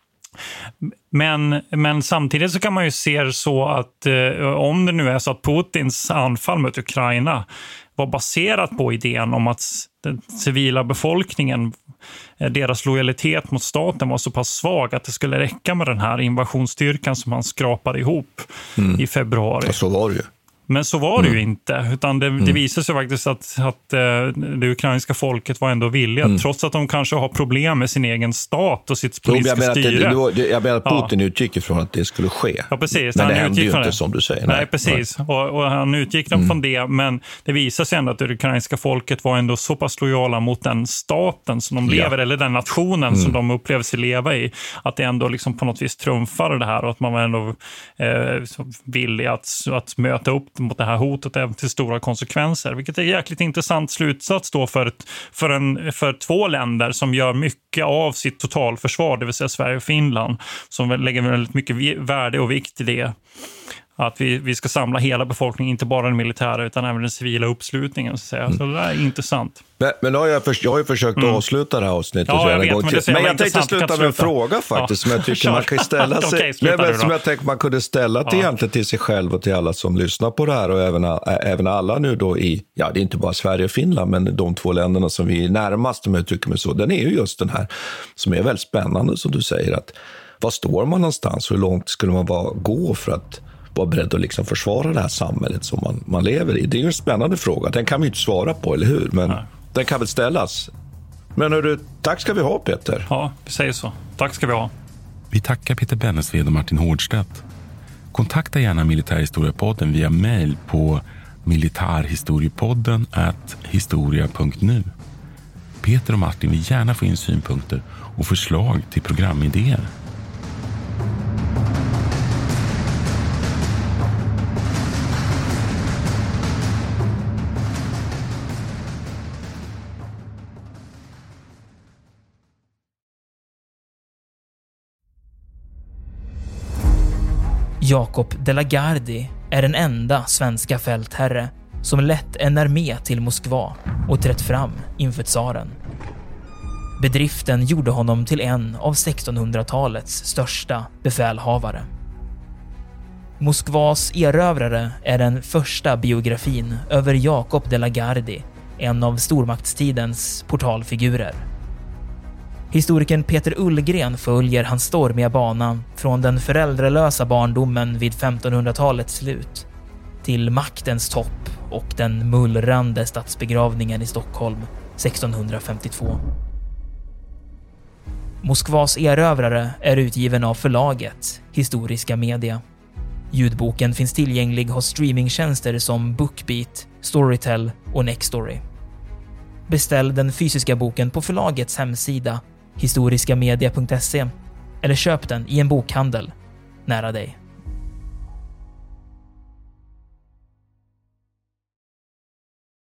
Men, men samtidigt så kan man ju se så att eh, om det nu är så att Putins anfall mot Ukraina var baserat på idén om att den civila befolkningen, eh, deras lojalitet mot staten var så pass svag att det skulle räcka med den här invasionsstyrkan som han skrapade ihop mm. i februari. Ja, så var det ju. Men så var det mm. ju inte, utan det, mm. det visar sig faktiskt att, att det ukrainska folket var ändå villiga, mm. trots att de kanske har problem med sin egen stat och sitt politiska jag menar styre. Att det, jag menar att Putin ja. utgick från att det skulle ske. Ja, precis. Men han det hände ju inte det. som du säger. Nej, nej precis. Nej. Och, och han utgick mm. från det, men det visar sig ändå att det ukrainska folket var ändå så pass lojala mot den staten som de lever, ja. eller den nationen mm. som de upplever sig leva i, att det ändå liksom på något vis trumfade det här och att man var ändå eh, villig att, att möta upp mot det här hotet till stora konsekvenser, vilket är en jäkligt intressant slutsats då för, ett, för, en, för två länder som gör mycket av sitt totalförsvar, det vill säga Sverige och Finland, som lägger väldigt mycket värde och vikt i det. Att vi, vi ska samla hela befolkningen, inte bara den militära utan även den civila uppslutningen. Så, att säga. Mm. så det där är intressant. Men, men har jag, för, jag har ju försökt mm. att avsluta det här avsnittet. Ja, jag vet, gång men, till. men jag tänkte sluta med en fråga faktiskt ja. som jag tycker man kan ställa sig. okay, nej, men, som jag tänkte man kunde ställa till, ja. egentligen till sig själv och till alla som lyssnar på det här och även, även alla nu då i, ja det är inte bara Sverige och Finland men de två länderna som vi är närmast om jag tycker mig så. Den är ju just den här som är väldigt spännande som du säger att var står man någonstans? Hur långt skulle man bara gå för att vara beredd att liksom försvara det här samhället som man, man lever i? Det är ju en spännande fråga. Den kan vi inte svara på, eller hur? Men Nej. den kan väl ställas. Men hörru, tack ska vi ha, Peter. Ja, vi säger så. Tack ska vi ha. Vi tackar Peter Bennesved och Martin Hårdstedt. Kontakta gärna Militärhistoriepodden via mejl på militarhistoriepodden at historia punkt nu. Peter och Martin vill gärna få in synpunkter och förslag till programidéer. Jacob de la Gardie är den enda svenska fältherre som lett en armé till Moskva och trätt fram inför tsaren. Bedriften gjorde honom till en av sextonhundratalets största befälhavare. Moskvas erövrare är den första biografin över Jacob de la Gardie, en av stormaktstidens portalfigurer. Historikern Peter Ullgren följer hans stormiga bana från den föräldralösa barndomen vid femtonhundratalets slut till maktens topp och den mullrande statsbegravningen i Stockholm sextonhundrafemtiotvå. Moskvas erövrare är utgiven av förlaget Historiska Media. Ljudboken finns tillgänglig hos streamingtjänster som Bookbeat, Storytel och Nextory. Beställ den fysiska boken på förlagets hemsida historiskamedia punkt se eller köp den i en bokhandel nära dig.